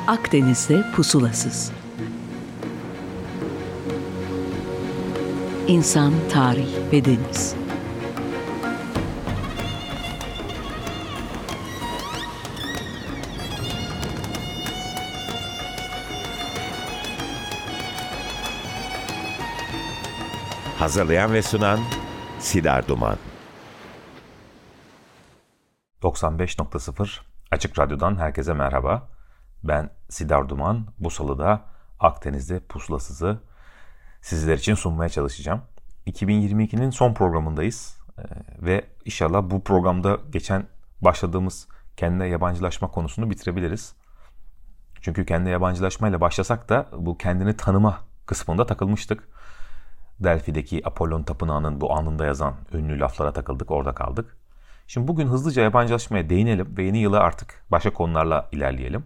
Akdeniz'de pusulasız. İnsan, tarih ve deniz. Hazırlayan ve sunan Sidar Duman. 95.0 Açık Radyo'dan herkese merhaba. Ben Sidar Duman. Bu salıda Akdeniz'de pusulasızı sizler için sunmaya çalışacağım. 2022'nin son programındayız. Ve inşallah bu programda geçen başladığımız kendine yabancılaşma konusunu bitirebiliriz. Çünkü kendine yabancılaşmayla başlasak da bu kendini tanıma kısmında takılmıştık. Delphi'deki Apollon Tapınağı'nın bu anında yazan ünlü laflara takıldık, orada kaldık. Şimdi bugün hızlıca yabancılaşmaya değinelim ve yeni yıla artık başka konularla ilerleyelim.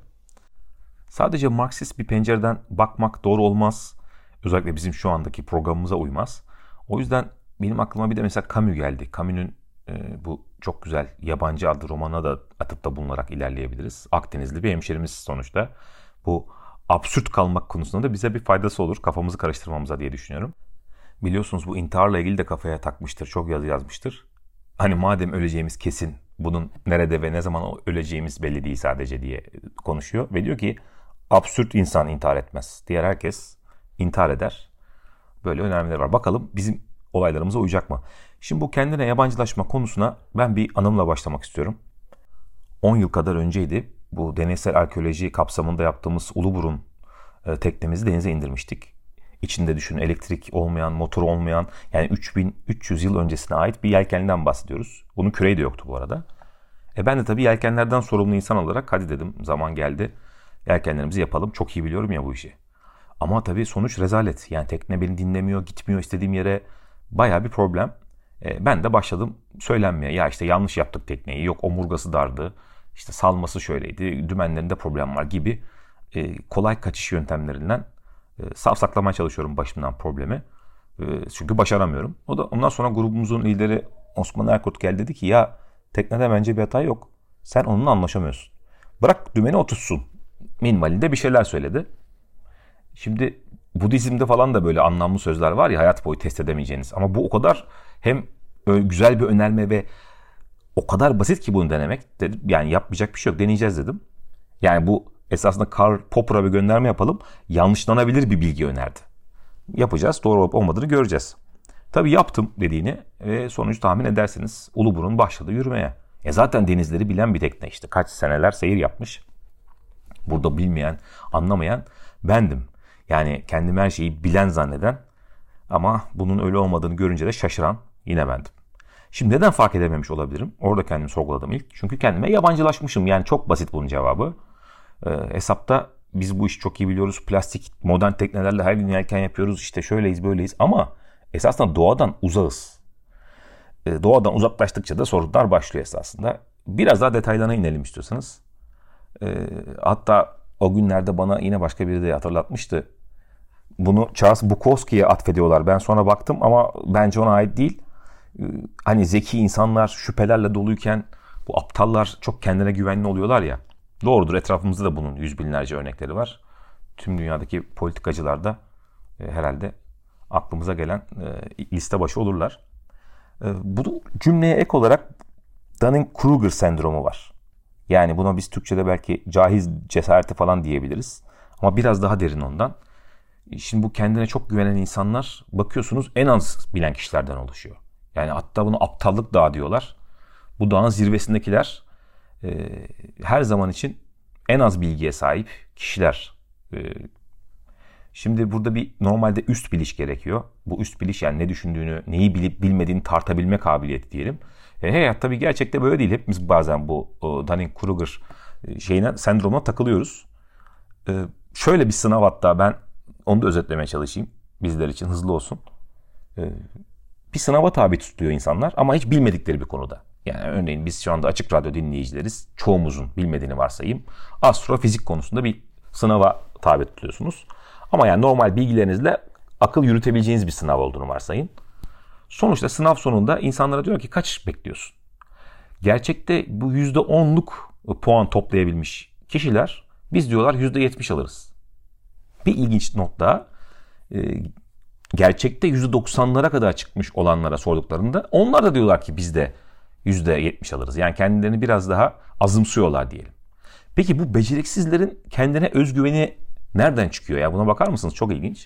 Sadece Marksist bir pencereden bakmak doğru olmaz. Özellikle bizim şu andaki programımıza uymaz. O yüzden benim aklıma bir de mesela Camus geldi. Camus'un bu çok güzel Yabancı adlı romana da atıfta bulunarak ilerleyebiliriz. Akdenizli bir hemşerimiz sonuçta. Bu absürt kalmak konusunda da bize bir faydası olur. Kafamızı karıştırmamıza diye düşünüyorum. Biliyorsunuz bu intiharla ilgili de kafaya takmıştır. Çok yazı yazmıştır. Hani madem öleceğimiz kesin, bunun nerede ve ne zaman öleceğimiz belli değil sadece diye konuşuyor. Ve diyor ki absürt insan intihar etmez. Diğer herkes intihar eder. Böyle önermeler var. Bakalım bizim olaylarımıza uyacak mı? Şimdi bu kendine yabancılaşma konusuna ben bir anımla başlamak istiyorum. 10 yıl kadar önceydi. Bu deneysel arkeoloji kapsamında yaptığımız Uluburun teknemizi denize indirmiştik. İçinde düşün elektrik olmayan, motoru olmayan, yani 3300 yıl öncesine ait bir yelkenliden bahsediyoruz. Bunun küreği de yoktu bu arada. Ben de tabii yelkenlerden sorumlu insan olarak hadi dedim zaman geldi. Yelkenlerimizi yapalım. Çok iyi biliyorum ya bu işi. Ama tabii sonuç rezalet. Yani tekne beni dinlemiyor, gitmiyor istediğim yere. Bayağı bir problem. Ben de başladım söylenmeye. Ya işte yanlış yaptık tekneyi. Yok omurgası dardı. İşte salması şöyleydi. Dümenlerinde problem var gibi kolay kaçış yöntemlerinden savsaklamaya çalışıyorum başımdan problemi. Çünkü başaramıyorum. Ondan sonra grubumuzun lideri Osman Erkut geldi dedi ki ya teknede bence bir hata yok. Sen onunla anlaşamıyorsun. Bırak dümeni otursun. Minimalinde bir şeyler söyledi. Şimdi Budizm'de falan da böyle anlamlı sözler var ya hayat boyu test edemeyeceğiniz. Ama bu o kadar hem güzel bir önerme ve o kadar basit ki bunu denemek. Dedim, yani yapmayacak bir şey yok. Deneyeceğiz dedim. Yani bu esasında Karl Popper'a bir gönderme yapalım. Yanlışlanabilir bir bilgi önerdi. Yapacağız. Doğru olup olmadığını göreceğiz. Tabii yaptım dediğini ve sonucu tahmin edersiniz. Uluburun başladı yürümeye. Zaten denizleri bilen bir tekne işte. Kaç seneler seyir yapmış. Burada bilmeyen, anlamayan bendim. Yani kendimi her şeyi bilen zanneden ama bunun öyle olmadığını görünce de şaşıran yine bendim. Şimdi neden fark edememiş olabilirim? Orada kendimi sorguladım ilk. Çünkü kendime yabancılaşmışım. Yani çok basit bunun cevabı. Hesapta biz bu işi çok iyi biliyoruz. Plastik modern teknelerle her gün yelken yapıyoruz. İşte şöyleyiz böyleyiz ama esasında doğadan uzağız. Doğadan uzaklaştıkça da sorunlar başlıyor esasında. Biraz daha detaylarına inelim istiyorsanız. Hatta o günlerde bana yine başka biri de hatırlatmıştı. Bunu Charles Bukowski'ye atfediyorlar. Ben sonra baktım ama bence ona ait değil. Hani zeki insanlar şüphelerle doluyken bu aptallar çok kendine güvenli oluyorlar ya. Doğrudur, etrafımızda da bunun yüz binlerce örnekleri var. Tüm dünyadaki politikacılar da herhalde aklımıza gelen liste başı olurlar. Bu cümleye ek olarak Dunning-Kruger sendromu var. Yani buna biz Türkçe'de belki cahil cesareti falan diyebiliriz. Ama biraz daha derin ondan. Şimdi bu kendine çok güvenen insanlar bakıyorsunuz en az bilen kişilerden oluşuyor. Yani hatta bunu aptallık dağı diyorlar. Bu dağın zirvesindekiler her zaman için en az bilgiye sahip kişiler. Şimdi burada bir normalde üst biliş gerekiyor. Bu üst biliş yani ne düşündüğünü, neyi bilip bilmediğini tartabilme kabiliyeti diyelim. Hayat tabii gerçekte böyle değil. Hepimiz bazen bu Dunning-Kruger sendromuna takılıyoruz. Şöyle bir sınav hatta ben onu da özetlemeye çalışayım. Bizler için hızlı olsun. Bir sınava tabi tutuluyor insanlar ama hiç bilmedikleri bir konuda. Yani örneğin biz şu anda Açık Radyo dinleyicileriz. Çoğumuzun bilmediğini varsayayım. Astrofizik konusunda bir sınava tabi tutuluyorsunuz. Ama yani normal bilgilerinizle akıl yürütebileceğiniz bir sınav olduğunu varsayın. Sonuçta sınav sonunda insanlara diyor ki kaç bekliyorsun? Gerçekte bu %10'luk puan toplayabilmiş kişiler Biz diyorlar %70 alırız. Bir ilginç not daha. Gerçekte %90'lara kadar çıkmış olanlara sorduklarında onlar da diyorlar ki biz de %70 alırız. Yani kendilerini biraz daha azımsıyorlar diyelim. Peki bu beceriksizlerin kendine özgüveni nereden çıkıyor? Ya buna bakar mısınız? Çok ilginç.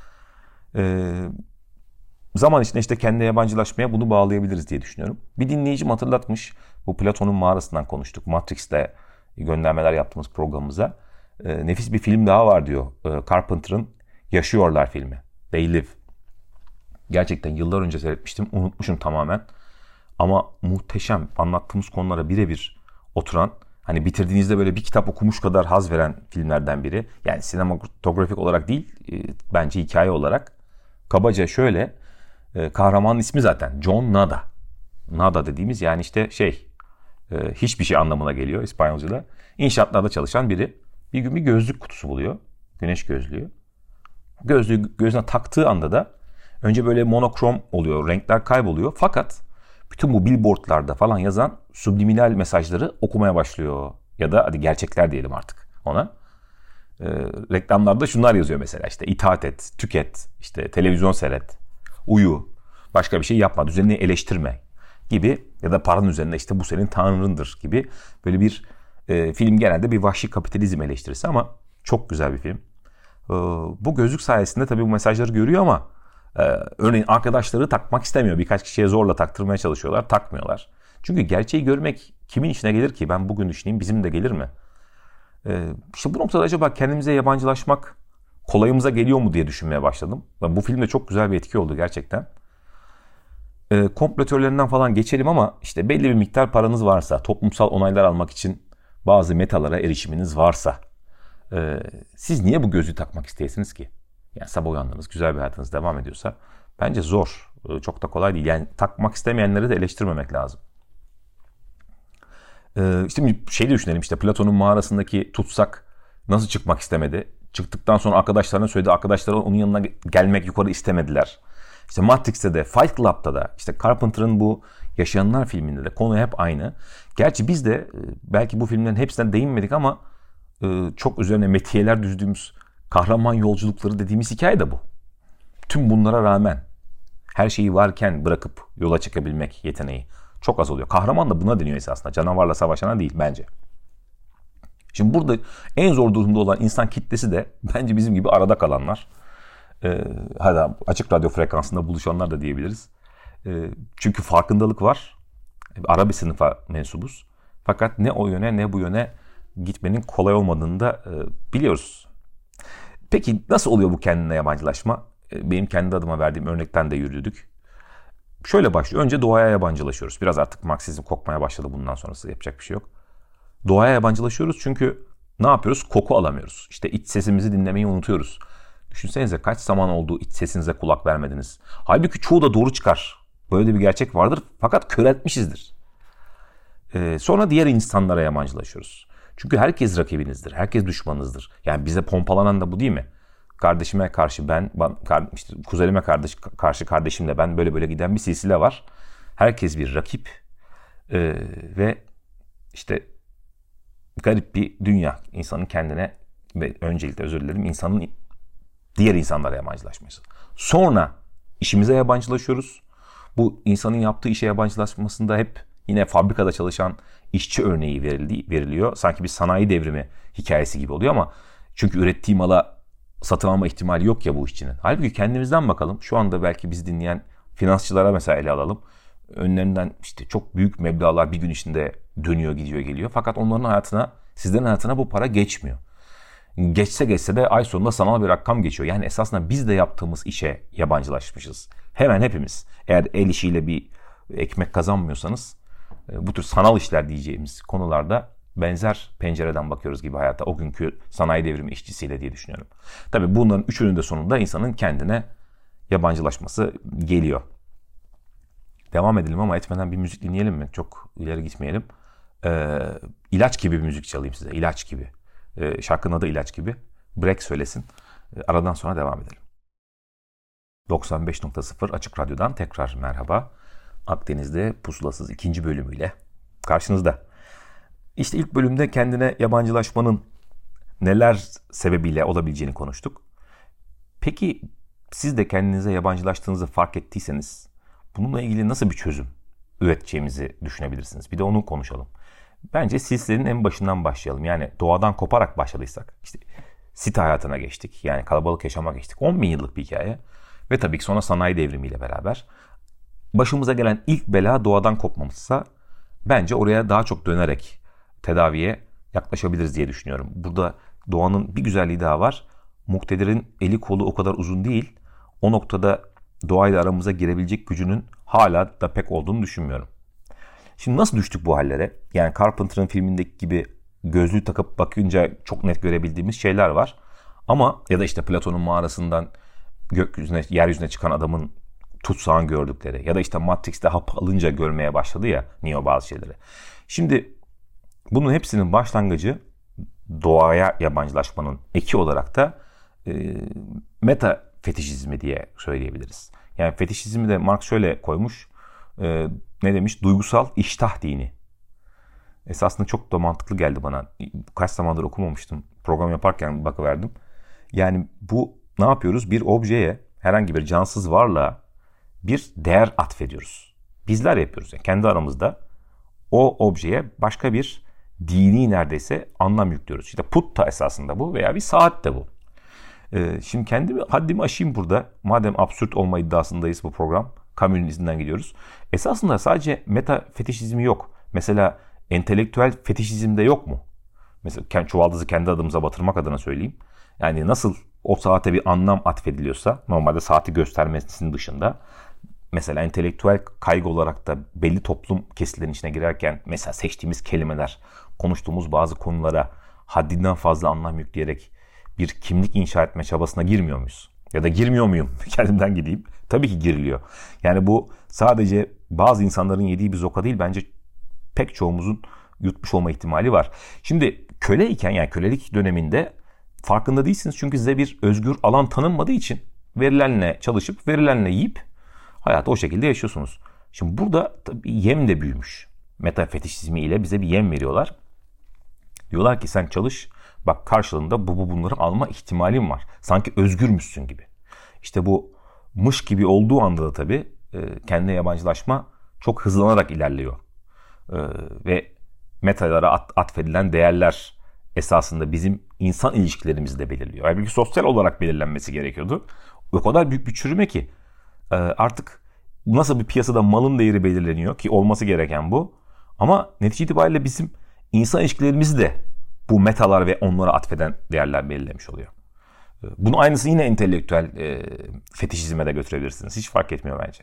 Zaman içinde işte kendine yabancılaşmaya bunu bağlayabiliriz diye düşünüyorum. Bir dinleyicim hatırlatmış. Bu Platon'un mağarasından konuştuk. Matrix'te göndermeler yaptığımız programımıza. Nefis bir film daha var diyor. Carpenter'ın Yaşıyorlar filmi. They Live. Gerçekten yıllar önce seyretmiştim. Unutmuşum tamamen. Ama muhteşem, anlattığımız konulara birebir oturan, hani bitirdiğinizde böyle bir kitap okumuş kadar haz veren filmlerden biri. Yani sinematografik olarak değil, bence hikaye olarak. Kabaca şöyle, kahramanın ismi zaten John Nada. Nada dediğimiz yani işte hiçbir şey anlamına geliyor İspanyolca'da. İnşaatlarda çalışan biri bir gün bir gözlük kutusu buluyor. Güneş gözlüğü. Gözlüğü gözüne taktığı anda da önce böyle monokrom oluyor, renkler kayboluyor. Fakat bütün bu billboardlarda falan yazan subliminal mesajları okumaya başlıyor. Ya da hadi gerçekler diyelim artık ona. Reklamlarda şunlar yazıyor mesela, işte itaat et, tüket, işte televizyon seyret, uyu, başka bir şey yapma, düzenini eleştirme gibi, ya da paranın üzerinde işte bu senin tanrındır gibi böyle bir film, genelde bir vahşi kapitalizm eleştirisi ama çok güzel bir film. Bu gözlük sayesinde tabii bu mesajları görüyor ama örneğin arkadaşları takmak istemiyor. Birkaç kişiye zorla taktırmaya çalışıyorlar, takmıyorlar. Çünkü gerçeği görmek kimin işine gelir ki? Ben bugün düşüneyim, bizim de gelir mi? İşte bu noktada acaba kendimize yabancılaşmak kolayımıza geliyor mu diye düşünmeye başladım. Bu filmde çok güzel bir etki oldu gerçekten. Komplo teorilerinden falan geçelim ama işte belli bir miktar paranız varsa, toplumsal onaylar almak için bazı metalara erişiminiz varsa, siz niye bu gözlüğü takmak isteyesiniz ki? Yani sabah uyandınız, güzel bir hayatınız devam ediyorsa bence zor, çok da kolay değil. Yani takmak istemeyenleri de eleştirmemek lazım. İşte şey de düşünelim, işte Platon'un mağarasındaki tutsak nasıl çıkmak istemedi? Çıktıktan sonra arkadaşlarına söyledi, arkadaşları onun yanına gelmek yukarı istemediler. İşte Matrix'te de, Fight Club'da da, işte Carpenter'ın bu Yaşayanlar filminde de konu hep aynı. Gerçi biz de belki bu filmlerin hepsinden değinmedik ama çok üzerine metiyeler düzdüğümüz kahraman yolculukları dediğimiz hikaye de bu. Tüm bunlara rağmen her şeyi varken bırakıp yola çıkabilmek yeteneği çok az oluyor. Kahraman da buna deniyor esasında. Canavarla savaşana değil bence. Şimdi burada en zor durumda olan insan kitlesi de bence bizim gibi arada kalanlar. Hadi açık radyo frekansında buluşanlar da diyebiliriz. Çünkü farkındalık var. Ara bir sınıfa mensubuz. Fakat ne o yöne ne bu yöne gitmenin kolay olmadığını da biliyoruz. Peki nasıl oluyor bu kendine yabancılaşma? Benim kendi adıma verdiğim örnekten de yürüdük. Şöyle başlıyor. Önce doğaya yabancılaşıyoruz. Biraz artık Marksizm kokmaya başladı, bundan sonrası yapacak bir şey yok. Doğaya yabancılaşıyoruz çünkü ne yapıyoruz? Koku alamıyoruz. İşte iç sesimizi dinlemeyi unutuyoruz. Düşünsenize kaç zaman oldu iç sesinize kulak vermediniz. Halbuki çoğu da doğru çıkar. Böyle bir gerçek vardır fakat köreltmişizdir. Sonra diğer insanlara yabancılaşıyoruz. Çünkü herkes rakibinizdir, herkes düşmanınızdır. Yani bize pompalanan da bu değil mi? Kardeşime karşı işte kuzenime karşı kardeşimle ben böyle giden bir silsile var. Herkes bir rakip ve işte garip bir dünya. İnsanın kendine ve öncelikle özür dilerim insanın diğer insanlara yabancılaşması. Sonra işimize yabancılaşıyoruz. Bu insanın yaptığı işe yabancılaşmasında hep yine fabrikada çalışan işçi örneği veriliyor. Sanki bir sanayi devrimi hikayesi gibi oluyor ama çünkü ürettiği mala satın alma ihtimali yok ya bu işçinin. Halbuki kendimizden bakalım. Şu anda belki bizi dinleyen finansçılara mesela ele alalım. Önlerinden işte çok büyük meblağlar bir gün içinde dönüyor, gidiyor, geliyor. Fakat onların hayatına, sizlerin hayatına bu para geçmiyor. Geçse de ay sonunda sanal bir rakam geçiyor. Yani esasında biz de yaptığımız işe yabancılaşmışız. Hemen hepimiz. Eğer el işiyle bir ekmek kazanmıyorsanız bu tür sanal işler diyeceğimiz konularda benzer pencereden bakıyoruz gibi hayata. O günkü sanayi devrimi işçisiyle diye düşünüyorum. Tabii bunların üçünün de sonunda insanın kendine yabancılaşması geliyor. Devam edelim ama etmeden bir müzik dinleyelim mi? Çok ileri gitmeyelim. İlaç gibi bir müzik çalayım size. İlaç gibi. Şarkının adı İlaç gibi. Break söylesin. Aradan sonra devam edelim. 95.0 Açık Radyo'dan tekrar merhaba. Akdeniz'de Pusulasız 2. bölümüyle karşınızda. İşte ilk bölümde kendine yabancılaşmanın neler sebebiyle olabileceğini konuştuk. Peki siz de kendinize yabancılaştığınızı fark ettiyseniz bununla ilgili nasıl bir çözüm üreteceğimizi düşünebilirsiniz? Bir de onu konuşalım. Bence silsilenin en başından başlayalım. Yani doğadan koparak başladıysak, işte site hayatına geçtik. Yani kalabalık yaşama geçtik. 10 bin yıllık bir hikaye. Ve tabii ki sonra sanayi devrimiyle beraber başımıza gelen ilk bela doğadan kopmamızsa bence oraya daha çok dönerek tedaviye yaklaşabiliriz diye düşünüyorum. Burada doğanın bir güzelliği daha var. Muktedirin eli kolu o kadar uzun değil. O noktada doğayla aramıza girebilecek gücünün hala da pek olduğunu düşünmüyorum. Şimdi nasıl düştük bu hallere? Yani Carpenter'ın filmindeki gibi gözlüğü takıp bakınca çok net görebildiğimiz şeyler var. Ama ya da işte Platon'un mağarasından gökyüzüne, yeryüzüne çıkan adamın tutsağını gördükleri ya da işte Matrix'te hap alınca görmeye başladı ya Neo bazı şeyleri. Şimdi bunun hepsinin başlangıcı doğaya yabancılaşmanın eki olarak da meta fetişizmi diye söyleyebiliriz. Yani fetişizmi de Marx şöyle koymuş. Ne demiş? Duygusal iştah dini. Esasında çok da mantıklı geldi bana. Kaç zamandır okumamıştım. Program yaparken bakıverdim. Yani bu ne yapıyoruz? Bir objeye, herhangi bir cansız varlığa bir değer atfediyoruz. Bizler yapıyoruz. Yani kendi aramızda o objeye başka bir dini neredeyse anlam yüklüyoruz. İşte put da esasında bu veya bir saat de bu. Şimdi haddimi aşayım burada. Madem absürt olma iddiasındayız bu program. Camus'un izinden gidiyoruz. Esasında sadece meta fetişizmi yok. Mesela entelektüel fetişizm de yok mu? Mesela çuvaldızı kendi adımıza batırmak adına söyleyeyim. Yani nasıl o saate bir anlam atfediliyorsa normalde saati göstermesinin dışında mesela entelektüel kaygı olarak da belli toplum kesitlerinin içine girerken mesela seçtiğimiz kelimeler, konuştuğumuz bazı konulara haddinden fazla anlam yükleyerek bir kimlik inşa etme çabasına girmiyor muyuz? Ya da girmiyor muyum? Kendimden gideyim. Tabii ki giriliyor. Yani bu sadece bazı insanların yediği bir zoka değil, bence pek çoğumuzun yutmuş olma ihtimali var. Şimdi köleyken, yani kölelik döneminde farkında değilsiniz çünkü size bir özgür alan tanınmadığı için verilenle çalışıp verilenle yiyip hayatı o şekilde yaşıyorsunuz. Şimdi burada tabii yem de büyümüş. Metafetişizmi ile bize bir yem veriyorlar. Diyorlar ki sen çalış, bak karşılığında bunları alma ihtimalin var. Sanki özgürmüşsün gibi. İşte bu mış gibi olduğu anda da tabii kendine yabancılaşma çok hızlanarak ilerliyor. Ve metalara atfedilen değerler esasında bizim insan ilişkilerimizi de belirliyor. Halbuki sosyal olarak belirlenmesi gerekiyordu. O kadar büyük bir çürüme ki artık nasıl bir piyasada malın değeri belirleniyor ki olması gereken bu. Ama netice itibariyle bizim insan ilişkilerimizi de bu metalar ve onlara atfeden değerler belirlemiş oluyor. Bunun aynısını yine entelektüel fetişizme de götürebilirsiniz. Hiç fark etmiyor bence.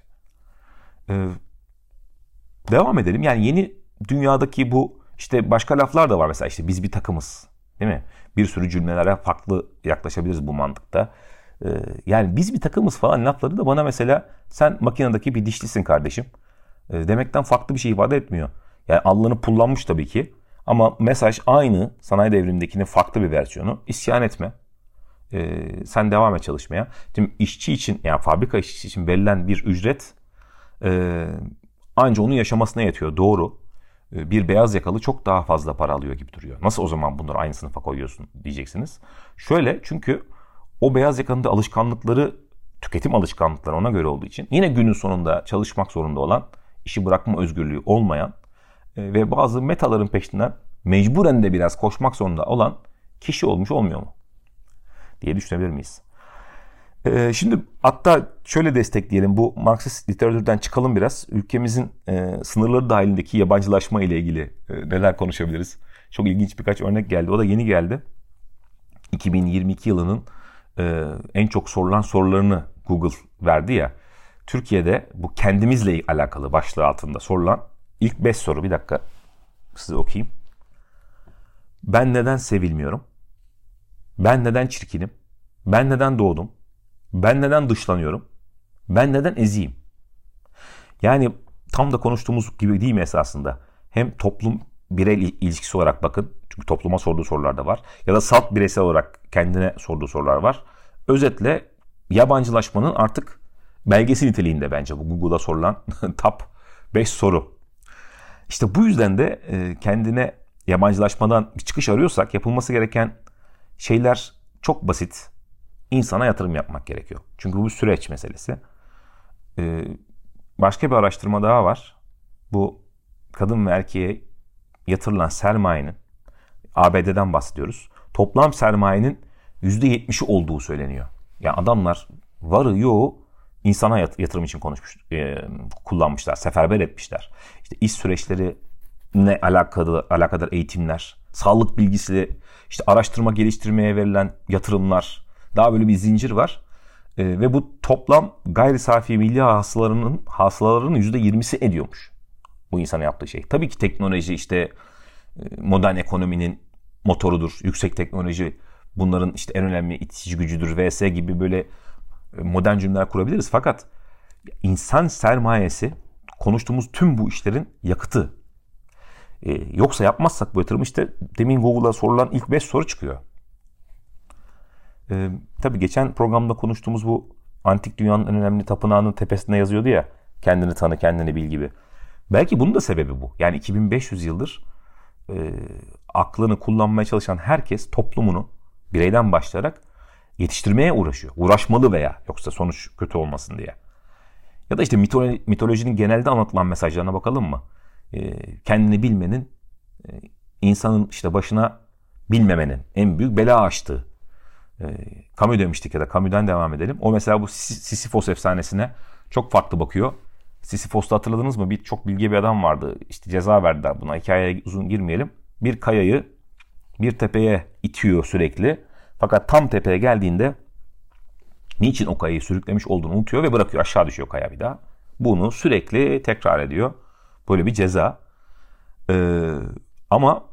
Devam edelim. Yani yeni dünyadaki bu işte başka laflar da var. Mesela işte biz bir takımız. Değil mi? Bir sürü cümlelere farklı yaklaşabiliriz bu mantıkta. Yani biz bir takımız falan lafları da bana mesela sen makinedeki bir dişlisin kardeşim demekten farklı bir şey ifade etmiyor. Yani alnını pullanmış tabii ki. Ama mesaj aynı, sanayi devrimindekinin farklı bir versiyonu. İsyan etme. Sen devam et çalışmaya. Şimdi işçi için, yani fabrika işçisi için verilen bir ücret anca onun yaşamasına yetiyor. Doğru. Bir beyaz yakalı çok daha fazla para alıyor gibi duruyor. Nasıl o zaman bunları aynı sınıfa koyuyorsun diyeceksiniz. Şöyle, çünkü o beyaz yakanın da alışkanlıkları, tüketim alışkanlıkları ona göre olduğu için yine günün sonunda çalışmak zorunda olan, işi bırakma özgürlüğü olmayan ve bazı metaların peşinden mecburen de biraz koşmak zorunda olan kişi olmuş olmuyor mu diye düşünebilir miyiz? Şimdi hatta şöyle destekleyelim, bu Marksist literatürden çıkalım biraz. Ülkemizin sınırları dahilindeki yabancılaşma ile ilgili neler konuşabiliriz? Çok ilginç birkaç örnek geldi. O da yeni geldi. 2022 yılının en çok sorulan sorularını Google verdi ya. Türkiye'de bu kendimizle alakalı başlığı altında sorulan ilk 5 soru. Bir dakika size okuyayım. Ben neden sevilmiyorum? Ben neden çirkinim? Ben neden doğdum? Ben neden dışlanıyorum? Ben neden eziyim? Yani tam da konuştuğumuz gibi değil mi esasında? Hem toplum birey ilişkisi olarak bakın. Çünkü topluma sorduğu sorular da var. Ya da salt bireysel olarak kendine sorduğu sorular var. Özetle yabancılaşmanın artık belgesi niteliğinde bence bu Google'da sorulan top 5 soru. İşte bu yüzden de kendine yabancılaşmadan bir çıkış arıyorsak yapılması gereken şeyler çok basit. İnsana yatırım yapmak gerekiyor. Çünkü bu süreç meselesi. Başka bir araştırma daha var. Bu kadın ve erkeğe yatırılan sermayenin, ABD'den bahsediyoruz, toplam sermayenin %70'i olduğu söyleniyor. Yani adamlar varı yoğu insana yatırım için kullanmışlar, seferber etmişler. İşte iş süreçlerine alakadar eğitimler, sağlık bilgisi, işte araştırma geliştirmeye verilen yatırımlar, daha böyle bir zincir var. Ve bu toplam gayri safi milli hasılalarının %20'si ediyormuş bu insana yaptığı şey. Tabii ki teknoloji işte modern ekonominin motorudur. Yüksek teknoloji bunların işte en önemli itici gücüdür vs. gibi böyle modern cümleler kurabiliriz. Fakat insan sermayesi konuştuğumuz tüm bu işlerin yakıtı. Yoksa yapmazsak bu yatırım, işte demin Google'a sorulan ilk 5 soru çıkıyor. Tabii geçen programda konuştuğumuz bu antik dünyanın en önemli tapınağının tepesinde yazıyordu ya, kendini tanı, kendini bil gibi. Belki bunun da sebebi bu. Yani 2500 yıldır aklını kullanmaya çalışan herkes toplumunu bireyden başlayarak yetiştirmeye uğraşıyor. Uğraşmalı veya yoksa sonuç kötü olmasın diye. Ya da işte mitolojinin genelde anlatılan mesajlarına bakalım mı? Kendini bilmenin insanın işte başına bilmemenin en büyük bela açtığı. Camus demiştik ya da Camus'dan devam edelim. O mesela bu Sisyphos efsanesine çok farklı bakıyor. Sisyphos'ta hatırladınız mı? Çok bilge bir adam vardı. İşte ceza verdiler buna. Hikayeye uzun girmeyelim. Bir kayayı bir tepeye itiyor sürekli. Fakat tam tepeye geldiğinde niçin o kayayı sürüklemiş olduğunu unutuyor ve bırakıyor. Aşağı düşüyor kaya bir daha. Bunu sürekli tekrar ediyor. Böyle bir ceza. Ama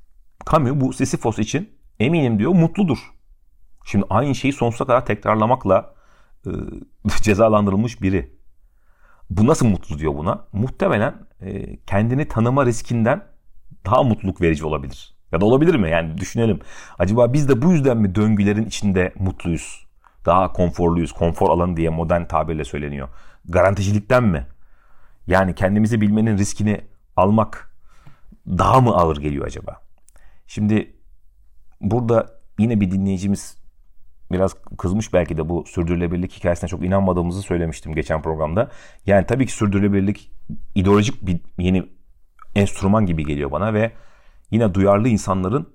Camus bu Sisyphos için eminim diyor mutludur. Şimdi aynı şeyi sonsuza kadar tekrarlamakla cezalandırılmış biri. Bu nasıl mutlu diyor buna? Muhtemelen kendini tanıma riskinden daha mutluluk verici olabilir. Ya da olabilir mi? Yani düşünelim. Acaba biz de bu yüzden mi döngülerin içinde mutluyuz? Daha konforluyuz. Konfor alanı diye modern tabirle söyleniyor. Garanticilikten mi? Yani kendimizi bilmenin riskini almak daha mı ağır geliyor acaba? Şimdi burada yine bir dinleyicimiz biraz kızmış belki de, bu sürdürülebilirlik hikayesine çok inanmadığımızı söylemiştim geçen programda. Yani tabii ki sürdürülebilirlik ideolojik bir yeni enstrüman gibi geliyor bana ve yine duyarlı insanların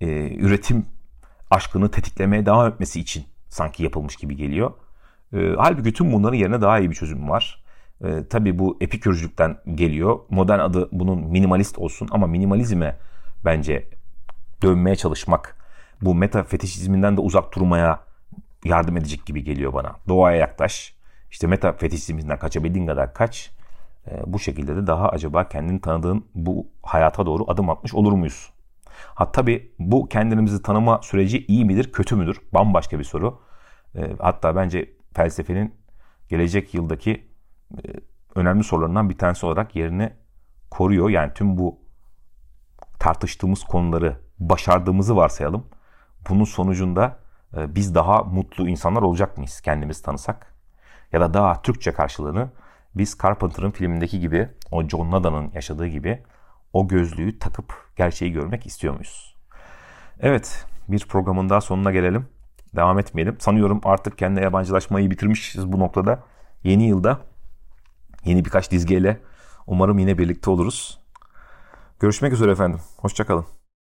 üretim aşkını tetiklemeye devam etmesi için sanki yapılmış gibi geliyor. Halbuki tüm bunların yerine daha iyi bir çözüm var. Tabii bu epikürcülükten geliyor. Modern adı bunun minimalist olsun ama minimalizme bence dönmeye çalışmak bu metafetişizminden de uzak durmaya yardım edecek gibi geliyor bana. Doğaya yaklaş. İşte metafetişizminden kaçabildiğin kadar kaç. Bu şekilde de daha acaba kendini tanıdığın bu hayata doğru adım atmış olur muyuz? Tabii bu kendimizi tanıma süreci iyi midir, kötü müdür? Bambaşka bir soru. Hatta bence felsefenin gelecek yıldaki önemli sorularından bir tanesi olarak yerini koruyor. Yani tüm bu tartıştığımız konuları başardığımızı varsayalım. Bunun sonucunda biz daha mutlu insanlar olacak mıyız kendimizi tanısak? Ya da daha Türkçe karşılığını biz Carpenter'ın filmindeki gibi, o John Nada'nın yaşadığı gibi o gözlüğü takıp gerçeği görmek istiyor muyuz? Evet, bir programın daha sonuna gelelim. Devam etmeyelim. Sanıyorum artık kendi yabancılaşmayı bitirmişiz bu noktada. Yeni yılda yeni birkaç dizgeyle umarım yine birlikte oluruz. Görüşmek üzere efendim. Hoşça kalın.